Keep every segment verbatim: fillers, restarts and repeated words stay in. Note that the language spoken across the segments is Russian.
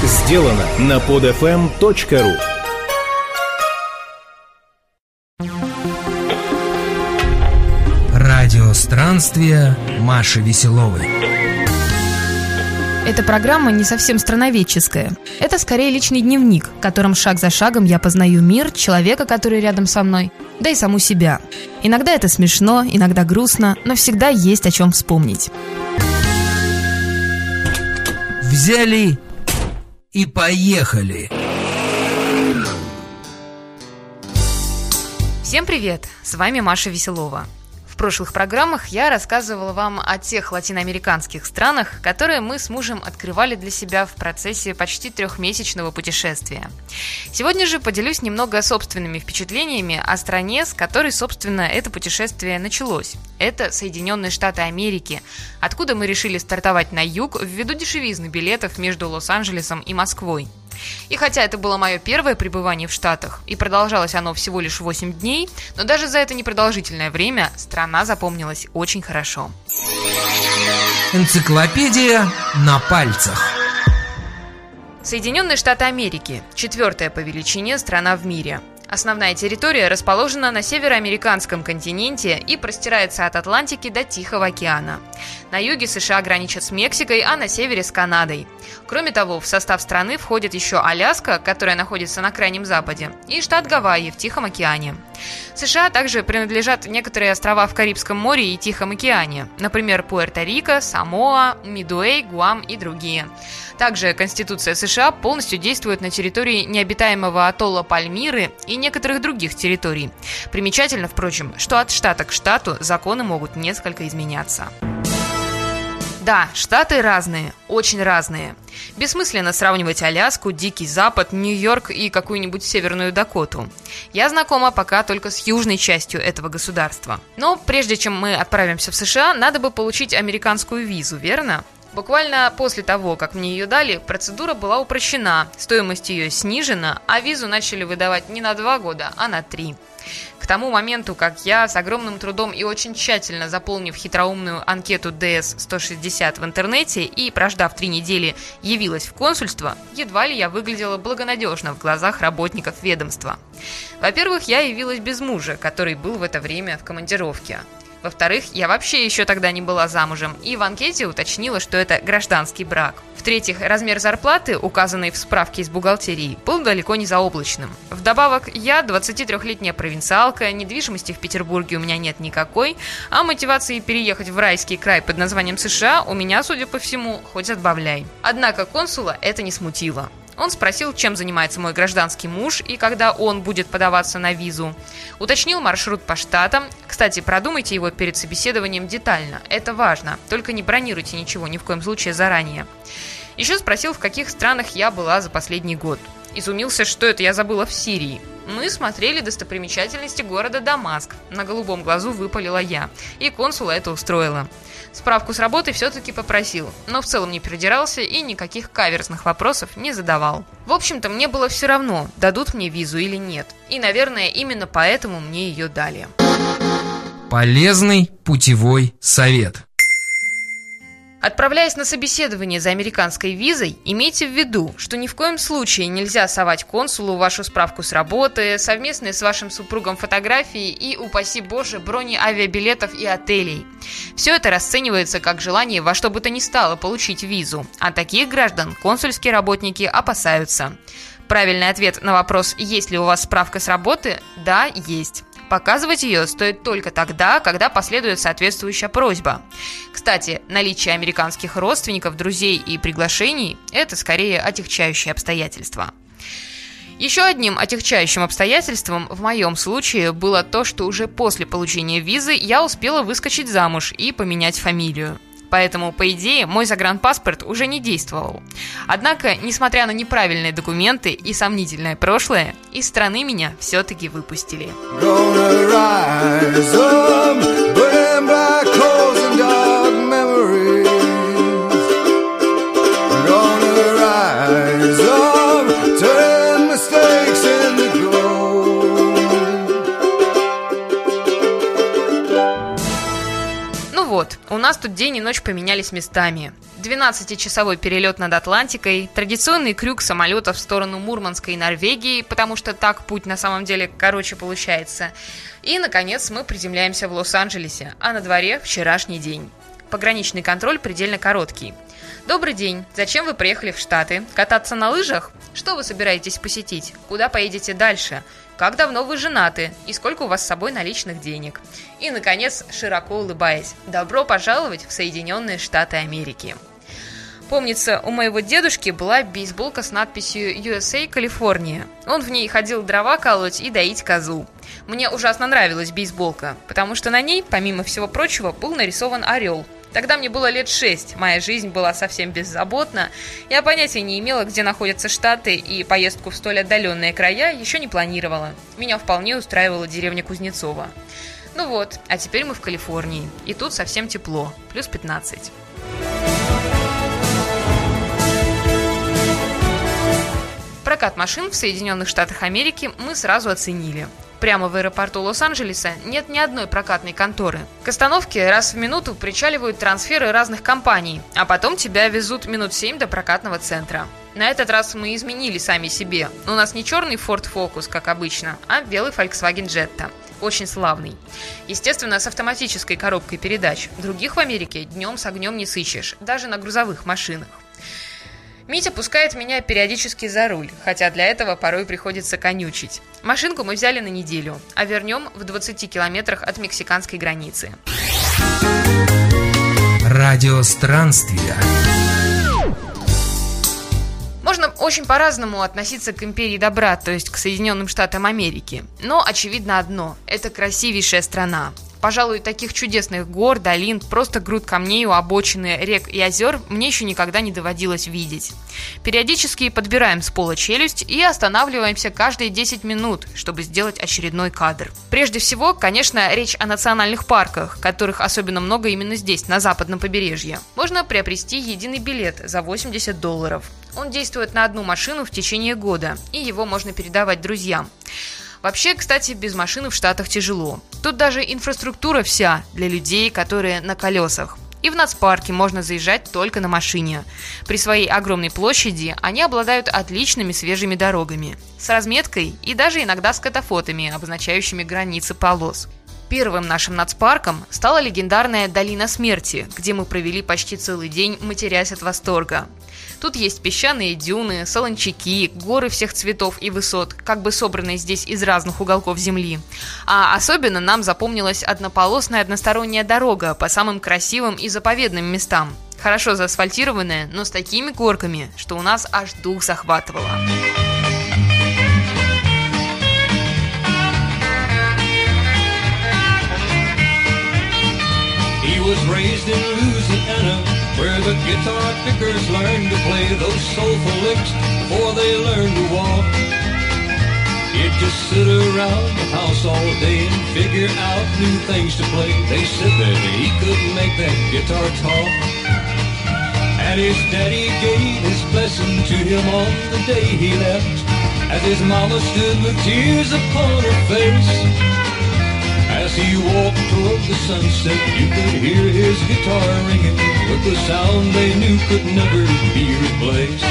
Сделано на подфм точка ру. Радиостранствие Маши Веселовой. Эта программа не совсем страноведческая. Это скорее личный дневник, в котором шаг за шагом я познаю мир, человека, который рядом со мной, да и саму себя. Иногда это смешно, иногда грустно, но всегда есть о чем вспомнить. Взяли и поехали. Всем привет! С вами Маша Веселова. В прошлых программах я рассказывала вам о тех латиноамериканских странах, которые мы с мужем открывали для себя в процессе почти трехмесячного путешествия. Сегодня же поделюсь немного собственными впечатлениями о стране, с которой, собственно, это путешествие началось. Это Соединенные Штаты Америки, откуда мы решили стартовать на юг ввиду дешевизны билетов между Лос-Анджелесом и Москвой. И хотя это было мое первое пребывание в Штатах, и продолжалось оно всего лишь восемь дней, но даже за это непродолжительное время страна запомнилась очень хорошо. Энциклопедия на пальцах. Соединенные Штаты Америки – четвертая по величине страна в мире. Основная территория расположена на североамериканском континенте и простирается от Атлантики до Тихого океана. На юге США граничат с Мексикой, а на севере с Канадой. Кроме того, в состав страны входит еще Аляска, которая находится на крайнем западе, и штат Гавайи в Тихом океане. США также принадлежат некоторые острова в Карибском море и Тихом океане, например, Пуэрто-Рико, Самоа, Мидуэй, Гуам и другие. Также Конституция США полностью действует на территории необитаемого атолла Пальмиры и некоторых других территорий. Примечательно, впрочем, что от штата к штату законы могут несколько изменяться. Да, штаты разные, очень разные. Бессмысленно сравнивать Аляску, Дикий Запад, Нью-Йорк и какую-нибудь Северную Дакоту. Я знакома пока только с южной частью этого государства. Но прежде чем мы отправимся в США, надо бы получить американскую визу, верно? Буквально после того, как мне ее дали, процедура была упрощена, стоимость ее снижена, а визу начали выдавать не на два года, а на три. К тому моменту, как я с огромным трудом и очень тщательно заполнив хитроумную анкету ди эс сто шестьдесят в интернете и прождав три недели явилась в консульство, едва ли я выглядела благонадежно в глазах работников ведомства. Во-первых, я явилась без мужа, который был в это время в командировке. Во-вторых, я вообще еще тогда не была замужем и в анкете уточнила, что это гражданский брак. В-третьих, размер зарплаты, указанный в справке из бухгалтерии, был далеко не заоблачным. Вдобавок, я двадцатитрёхлетняя провинциалка, недвижимости в Петербурге у меня нет никакой, а мотивации переехать в райский край под названием США у меня, судя по всему, хоть отбавляй. Однако консула это не смутило. Он спросил, чем занимается мой гражданский муж и когда он будет подаваться на визу. Уточнил маршрут по штатам. Кстати, продумайте его перед собеседованием детально. Это важно. Только не бронируйте ничего ни в коем случае заранее. Еще спросил, в каких странах я была за последний год. Изумился, что это я забыла в Сирии. Мы смотрели достопримечательности города Дамаск. На голубом глазу выпалила я. И консула это устроило. Справку с работы все-таки попросил, но в целом не придирался и никаких каверзных вопросов не задавал. В общем-то, мне было все равно, дадут мне визу или нет. И, наверное, именно поэтому мне ее дали. Полезный путевой совет. Отправляясь на собеседование за американской визой, имейте в виду, что ни в коем случае нельзя совать консулу вашу справку с работы, совместные с вашим супругом фотографии и, упаси боже, брони авиабилетов и отелей. Все это расценивается как желание во что бы то ни стало получить визу, а таких граждан консульские работники опасаются. Правильный ответ на вопрос, есть ли у вас справка с работы – да, есть. Показывать ее стоит только тогда, когда последует соответствующая просьба. Кстати, наличие американских родственников, друзей и приглашений – это скорее отягчающее обстоятельство. Еще одним отягчающим обстоятельством в моем случае было то, что уже после получения визы я успела выскочить замуж и поменять фамилию. Поэтому, по идее, мой загранпаспорт уже не действовал. Однако, несмотря на неправильные документы и сомнительное прошлое, из страны меня все-таки выпустили. Вот, у нас тут день и ночь поменялись местами. двенадцатичасовой перелет над Атлантикой, традиционный крюк самолета в сторону Мурманска и Норвегии, потому что так путь на самом деле короче получается. И, наконец, мы приземляемся в Лос-Анджелесе, а на дворе вчерашний день. Пограничный контроль предельно короткий. Добрый день. Зачем вы приехали в Штаты? Кататься на лыжах? Что вы собираетесь посетить? Куда поедете дальше? Как давно вы женаты? И сколько у вас с собой наличных денег? И, наконец, широко улыбаясь, добро пожаловать в Соединенные Штаты Америки. Помнится, у моего дедушки была бейсболка с надписью ю эс эй Калифорния. Он в ней ходил дрова колоть и доить козу. Мне ужасно нравилась бейсболка, потому что на ней, помимо всего прочего, был нарисован орел. Тогда мне было лет шесть, моя жизнь была совсем беззаботна, я понятия не имела, где находятся Штаты, и поездку в столь отдаленные края еще не планировала. Меня вполне устраивала деревня Кузнецова. Ну вот, а теперь мы в Калифорнии, и тут совсем тепло, плюс пятнадцать. Прокат машин в Соединенных Штатах Америки мы сразу оценили. Прямо в аэропорту Лос-Анджелеса нет ни одной прокатной конторы. К остановке раз в минуту причаливают трансферы разных компаний, а потом тебя везут минут семь до прокатного центра. На этот раз мы изменили сами себе. У нас не черный Ford Focus, как обычно, а белый Volkswagen Jetta. Очень славный. Естественно, с автоматической коробкой передач. Других в Америке днем с огнем не сыщешь, даже на грузовых машинах. Митя пускает меня периодически за руль, хотя для этого порой приходится конючить. Машинку мы взяли на неделю, а вернем в двадцати километрах от мексиканской границы. Радиостранствия. Можно очень по-разному относиться к империи добра, то есть к Соединенным Штатам Америки. Но очевидно одно – это красивейшая страна. Пожалуй, таких чудесных гор, долин, просто груд камней у обочины рек и озер мне еще никогда не доводилось видеть. Периодически подбираем с пола челюсть и останавливаемся каждые десять минут, чтобы сделать очередной кадр. Прежде всего, конечно, речь о национальных парках, которых особенно много именно здесь, на западном побережье. Можно приобрести единый билет за восемьдесят долларов. Он действует на одну машину в течение года, и его можно передавать друзьям. Вообще, кстати, без машины в Штатах тяжело. Тут даже инфраструктура вся для людей, которые на колесах. И в нацпарке можно заезжать только на машине. При своей огромной площади они обладают отличными свежими дорогами, с разметкой и даже иногда с катафотами, обозначающими границы полос. Первым нашим нацпарком стала легендарная Долина Смерти, где мы провели почти целый день, матерясь от восторга. Тут есть песчаные дюны, солончаки, горы всех цветов и высот, как бы собранные здесь из разных уголков земли. А особенно нам запомнилась однополосная односторонняя дорога по самым красивым и заповедным местам. Хорошо заасфальтированная, но с такими горками, что у нас аж дух захватывало. He was raised in Louisiana, where the guitar pickers learned to play those soulful licks before they learned to walk. He'd just sit around the house all day and figure out new things to play. They said that he couldn't make that guitar talk. And his daddy gave his blessing to him on the day he left, as his mama stood with tears upon her face. As he walked toward the sunset, you could hear his guitar ringing with the sound they knew could never be replaced.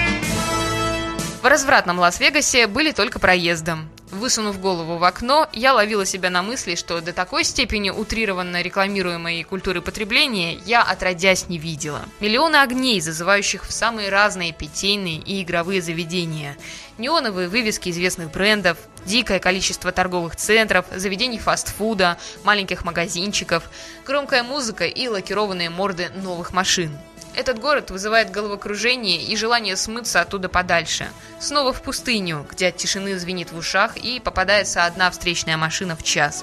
В развратном Лас-Вегасе были только проездом. Высунув голову в окно, я ловила себя на мысли, что до такой степени утрированно рекламируемой культуры потребления я отродясь не видела. Миллионы огней, зазывающих в самые разные питейные и игровые заведения. Неоновые вывески известных брендов, дикое количество торговых центров, заведений фастфуда, маленьких магазинчиков, громкая музыка и лакированные морды новых машин. Этот город вызывает головокружение и желание смыться оттуда подальше. Снова в пустыню, где от тишины звенит в ушах и попадается одна встречная машина в час.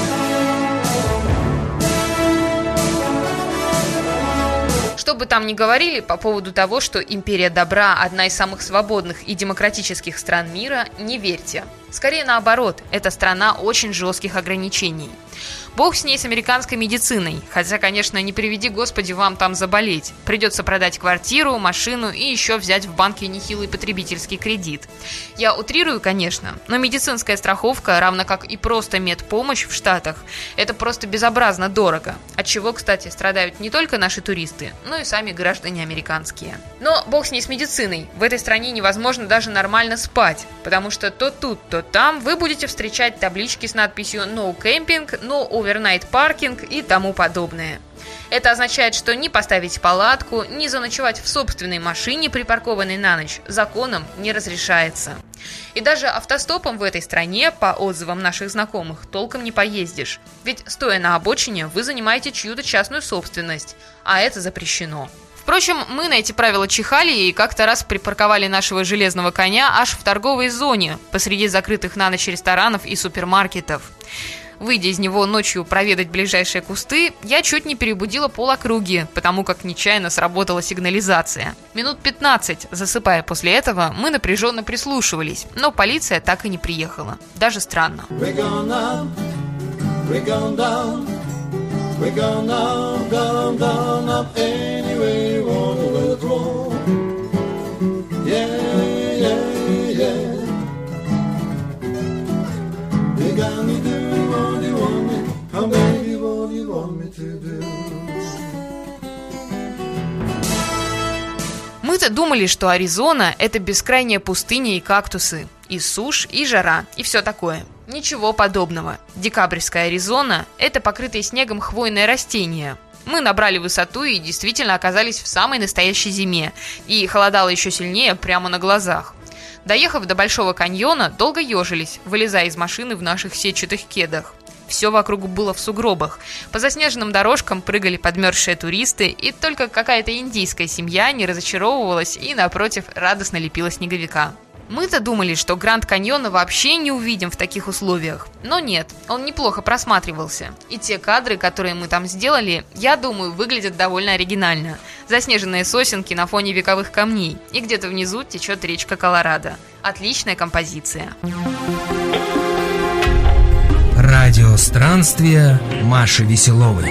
Что бы там ни говорили по поводу того, что империя добра – одна из самых свободных и демократических стран мира, не верьте. Скорее наоборот, это страна очень жестких ограничений. Бог с ней, с американской медициной. Хотя, конечно, не приведи Господи вам там заболеть. Придется продать квартиру, машину и еще взять в банке нехилый потребительский кредит. Я утрирую, конечно, но медицинская страховка, равно как и просто медпомощь в Штатах, это просто безобразно дорого. От чего, кстати, страдают не только наши туристы, но и сами граждане американские. Но бог с ней с медициной. В этой стране невозможно даже нормально спать, потому что то тут, то там вы будете встречать таблички с надписью «No camping», «No overnight parking» и тому подобное. Это означает, что ни поставить палатку, ни заночевать в собственной машине, припаркованной на ночь, законом не разрешается. И даже автостопом в этой стране, по отзывам наших знакомых, толком не поездишь. Ведь, стоя на обочине, вы занимаете чью-то частную собственность, а это запрещено. Впрочем, мы на эти правила чихали и как-то раз припарковали нашего железного коня аж в торговой зоне, посреди закрытых на ночь ресторанов и супермаркетов. Выйдя из него ночью проведать ближайшие кусты, я чуть не перебудила полокруги, потому как нечаянно сработала сигнализация. Минут пятнадцать, засыпая после этого, мы напряженно прислушивались, но полиция так и не приехала. Даже странно. Мы-то думали, что Аризона – это бескрайняя пустыня и кактусы, и сушь, и жара, и все такое. Ничего подобного. Декабрьская Аризона – это покрытые снегом хвойные растения. Мы набрали высоту и действительно оказались в самой настоящей зиме, и холодало еще сильнее прямо на глазах. Доехав до Большого каньона, долго ежились, вылезая из машины в наших сетчатых кедах. Все вокруг было в сугробах. По заснеженным дорожкам прыгали подмерзшие туристы, и только какая-то индийская семья не разочаровывалась и, напротив, радостно лепила снеговика. Мы-то думали, что Гранд Каньона вообще не увидим в таких условиях. Но нет, он неплохо просматривался. И те кадры, которые мы там сделали, я думаю, выглядят довольно оригинально. Заснеженные сосенки на фоне вековых камней. И где-то внизу течет речка Колорадо. Отличная композиция. Радио странствия Маши Веселовой.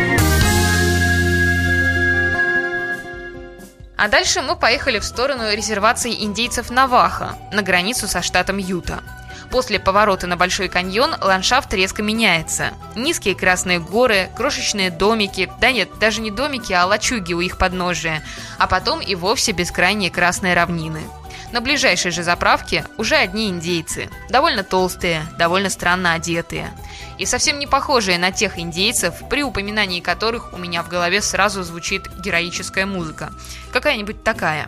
А дальше мы поехали в сторону резервации индейцев Навахо, на границу со штатом Юта. После поворота на Большой каньон ландшафт резко меняется. Низкие красные горы, крошечные домики, да нет, даже не домики, а лачуги у их подножия, а потом и вовсе бескрайние красные равнины. На ближайшей же заправке уже одни индейцы, довольно толстые, довольно странно одетые. И совсем не похожие на тех индейцев, при упоминании которых у меня в голове сразу звучит героическая музыка. Какая-нибудь такая.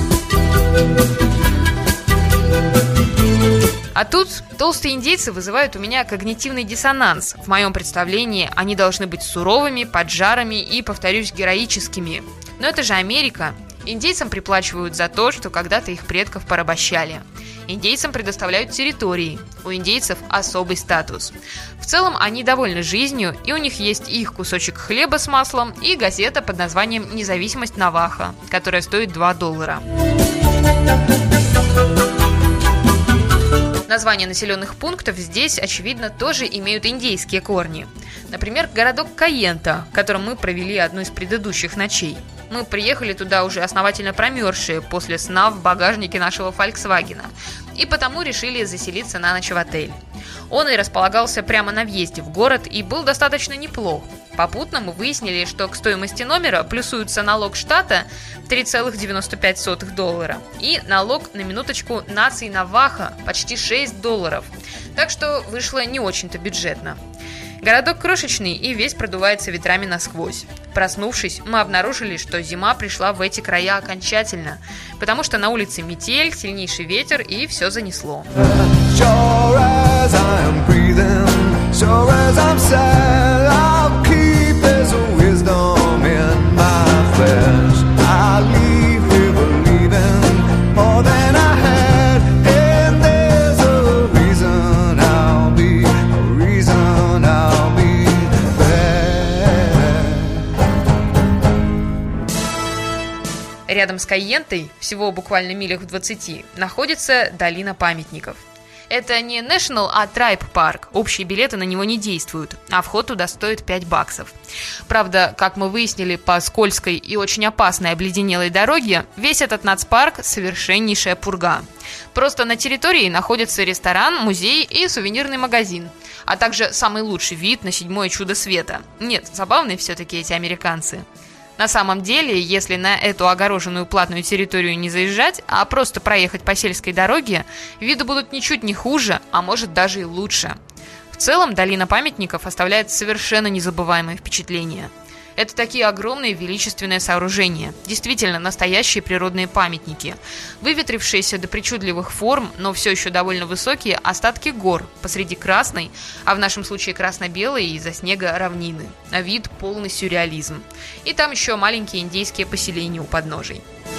А тут толстые индейцы вызывают у меня когнитивный диссонанс. В моем представлении они должны быть суровыми, поджарами и, повторюсь, героическими. Но это же Америка. Индейцам приплачивают за то, что когда-то их предков порабощали. Индейцам предоставляют территории. У индейцев особый статус. В целом они довольны жизнью, и у них есть их кусочек хлеба с маслом и газета под названием «Независимость Навахо», которая стоит два доллара. Названия населенных пунктов здесь, очевидно, тоже имеют индейские корни. Например, городок Кайента, в котором мы провели одну из предыдущих ночей. Мы приехали туда уже основательно промерзшие после сна в багажнике нашего Фольксвагена, и потому решили заселиться на ночь в отель. Он и располагался прямо на въезде в город и был достаточно неплох. Попутно мы выяснили, что к стоимости номера плюсуется налог штата три целых девяносто пять сотых доллара и налог, на минуточку, нации Навахо почти шесть долларов. Так что вышло не очень-то бюджетно. Городок крошечный и весь продувается ветрами насквозь. Проснувшись, мы обнаружили, что зима пришла в эти края окончательно, потому что на улице метель, сильнейший ветер и все занесло. Рядом с Кайентой, всего буквально милях в двадцати, находится долина памятников. Это не National, а Tribe парк. Общие билеты на него не действуют, а вход туда стоит пять баксов. Правда, как мы выяснили по скользкой и очень опасной обледенелой дороге, весь этот нацпарк – совершеннейшая пурга. Просто на территории находится ресторан, музей и сувенирный магазин, а также самый лучший вид на седьмое чудо света. Нет, забавные все-таки эти американцы. На самом деле, если на эту огороженную платную территорию не заезжать, а просто проехать по сельской дороге, виды будут ничуть не хуже, а может даже и лучше. В целом, долина памятников оставляет совершенно незабываемое впечатление. Это такие огромные величественные сооружения, действительно настоящие природные памятники, выветрившиеся до причудливых форм, но все еще довольно высокие остатки гор посреди красной, а в нашем случае красно-белой из-за снега равнины. На вид полный сюрреализм. И там еще маленькие индейские поселения у подножий.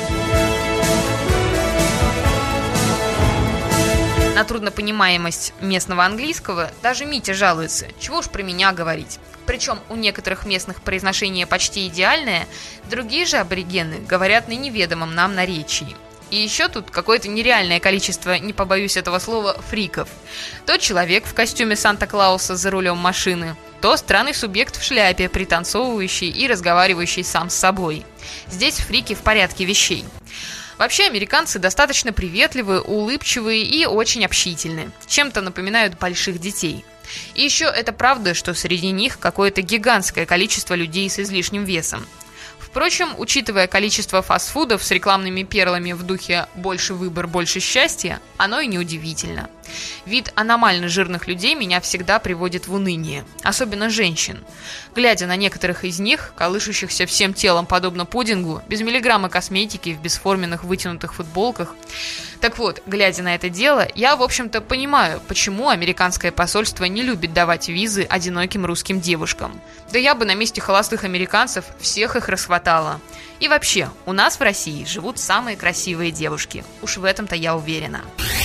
На труднопонимаемость местного английского даже Митя жалуется, чего уж про меня говорить. Причем у некоторых местных произношение почти идеальное, другие же аборигены говорят на неведомом нам наречии. И еще тут какое-то нереальное количество, не побоюсь этого слова, фриков. То человек в костюме Санта-Клауса за рулем машины, то странный субъект в шляпе, пританцовывающий и разговаривающий сам с собой. Здесь фрики в порядке вещей. Вообще, американцы достаточно приветливые, улыбчивые и очень общительны. Чем-то напоминают больших детей. И еще это правда, что среди них какое-то гигантское количество людей с излишним весом. Впрочем, учитывая количество фастфудов с рекламными перлами в духе «больше выбор, больше счастья», оно и неудивительно. Вид аномально жирных людей меня всегда приводит в уныние, особенно женщин. Глядя на некоторых из них, колышущихся всем телом подобно пудингу, без миллиграмма косметики в бесформенных вытянутых футболках. Так вот, глядя на это дело, я, в общем-то, понимаю, почему американское посольство не любит давать визы одиноким русским девушкам. Да я бы на месте холостых американцев всех их расхватала. И вообще, у нас в России живут самые красивые девушки. Уж в этом-то я уверена.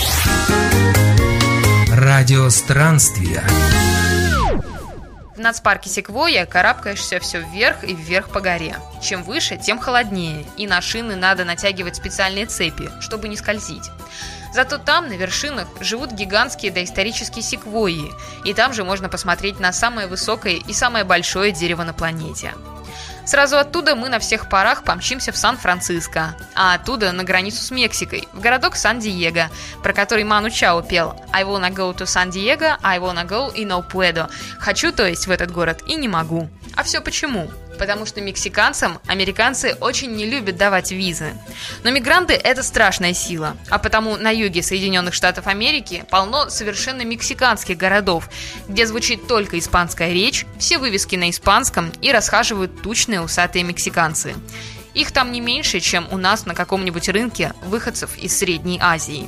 Радио Странствия. В нацпарке Секвойя карабкаешься все вверх и вверх по горе. Чем выше, тем холоднее, и на шины надо натягивать специальные цепи, чтобы не скользить. Зато там, на вершинах, живут гигантские доисторические секвойи, и там же можно посмотреть на самое высокое и самое большое дерево на планете. Сразу оттуда мы на всех парах помчимся в Сан-Франциско, а оттуда на границу с Мексикой, в городок Сан-Диего, про который Ману Чао пел «I wanna go to San Diego, I wanna go y no puedo». Хочу, то есть, в этот город и не могу. А все почему? Потому что мексиканцам американцы очень не любят давать визы. Но мигранты – это страшная сила, а потому на юге Соединенных Штатов Америки полно совершенно мексиканских городов, где звучит только испанская речь, все вывески на испанском и расхаживают тучные усатые мексиканцы. Их там не меньше, чем у нас на каком-нибудь рынке выходцев из Средней Азии.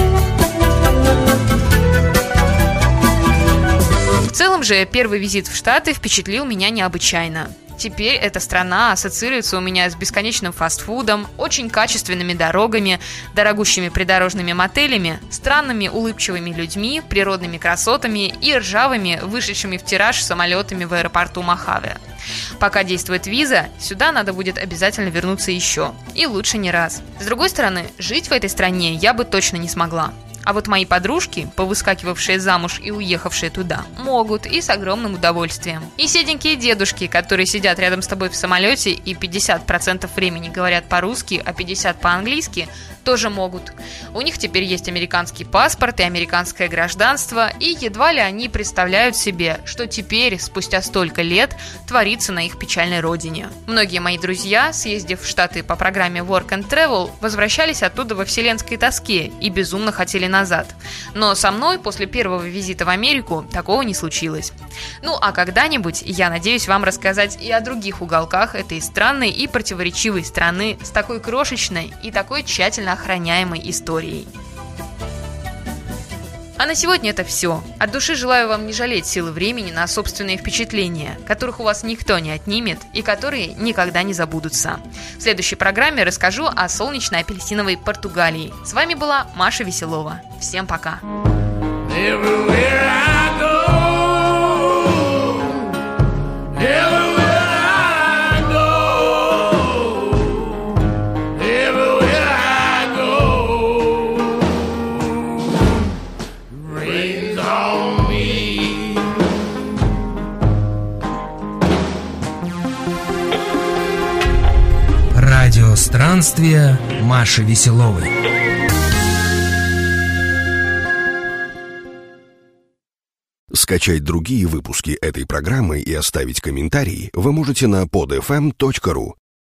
В целом же первый визит в Штаты впечатлил меня необычайно. Теперь эта страна ассоциируется у меня с бесконечным фастфудом, очень качественными дорогами, дорогущими придорожными мотелями, странными улыбчивыми людьми, природными красотами и ржавыми, вышедшими в тираж самолетами в аэропорту Мохаве. Пока действует виза, сюда надо будет обязательно вернуться еще. И лучше не раз. С другой стороны, жить в этой стране я бы точно не смогла. А вот мои подружки, повыскакивавшие замуж и уехавшие туда, могут и с огромным удовольствием. И седенькие дедушки, которые сидят рядом с тобой в самолете и пятьдесят процентов времени говорят по-русски, а пятьдесят процентов по-английски, тоже могут. У них теперь есть американский паспорт и американское гражданство, и едва ли они представляют себе, что теперь, спустя столько лет, творится на их печальной родине. Многие мои друзья, съездив в Штаты по программе Work and Travel, возвращались оттуда во вселенской тоске и безумно хотели назад. Но со мной после первого визита в Америку такого не случилось. Ну а когда-нибудь я надеюсь вам рассказать и о других уголках этой странной и противоречивой страны с такой крошечной и такой тщательно охраняемой историей. А на сегодня это все. От души желаю вам не жалеть силы времени на собственные впечатления, которых у вас никто не отнимет и которые никогда не забудутся. В следующей программе расскажу о солнечной апельсиновой Португалии. С вами была Маша Веселова. Всем пока! Странствия Маши Веселовой. Скачать другие выпуски этой программы и оставить комментарии вы можете на под эф эм точка ру.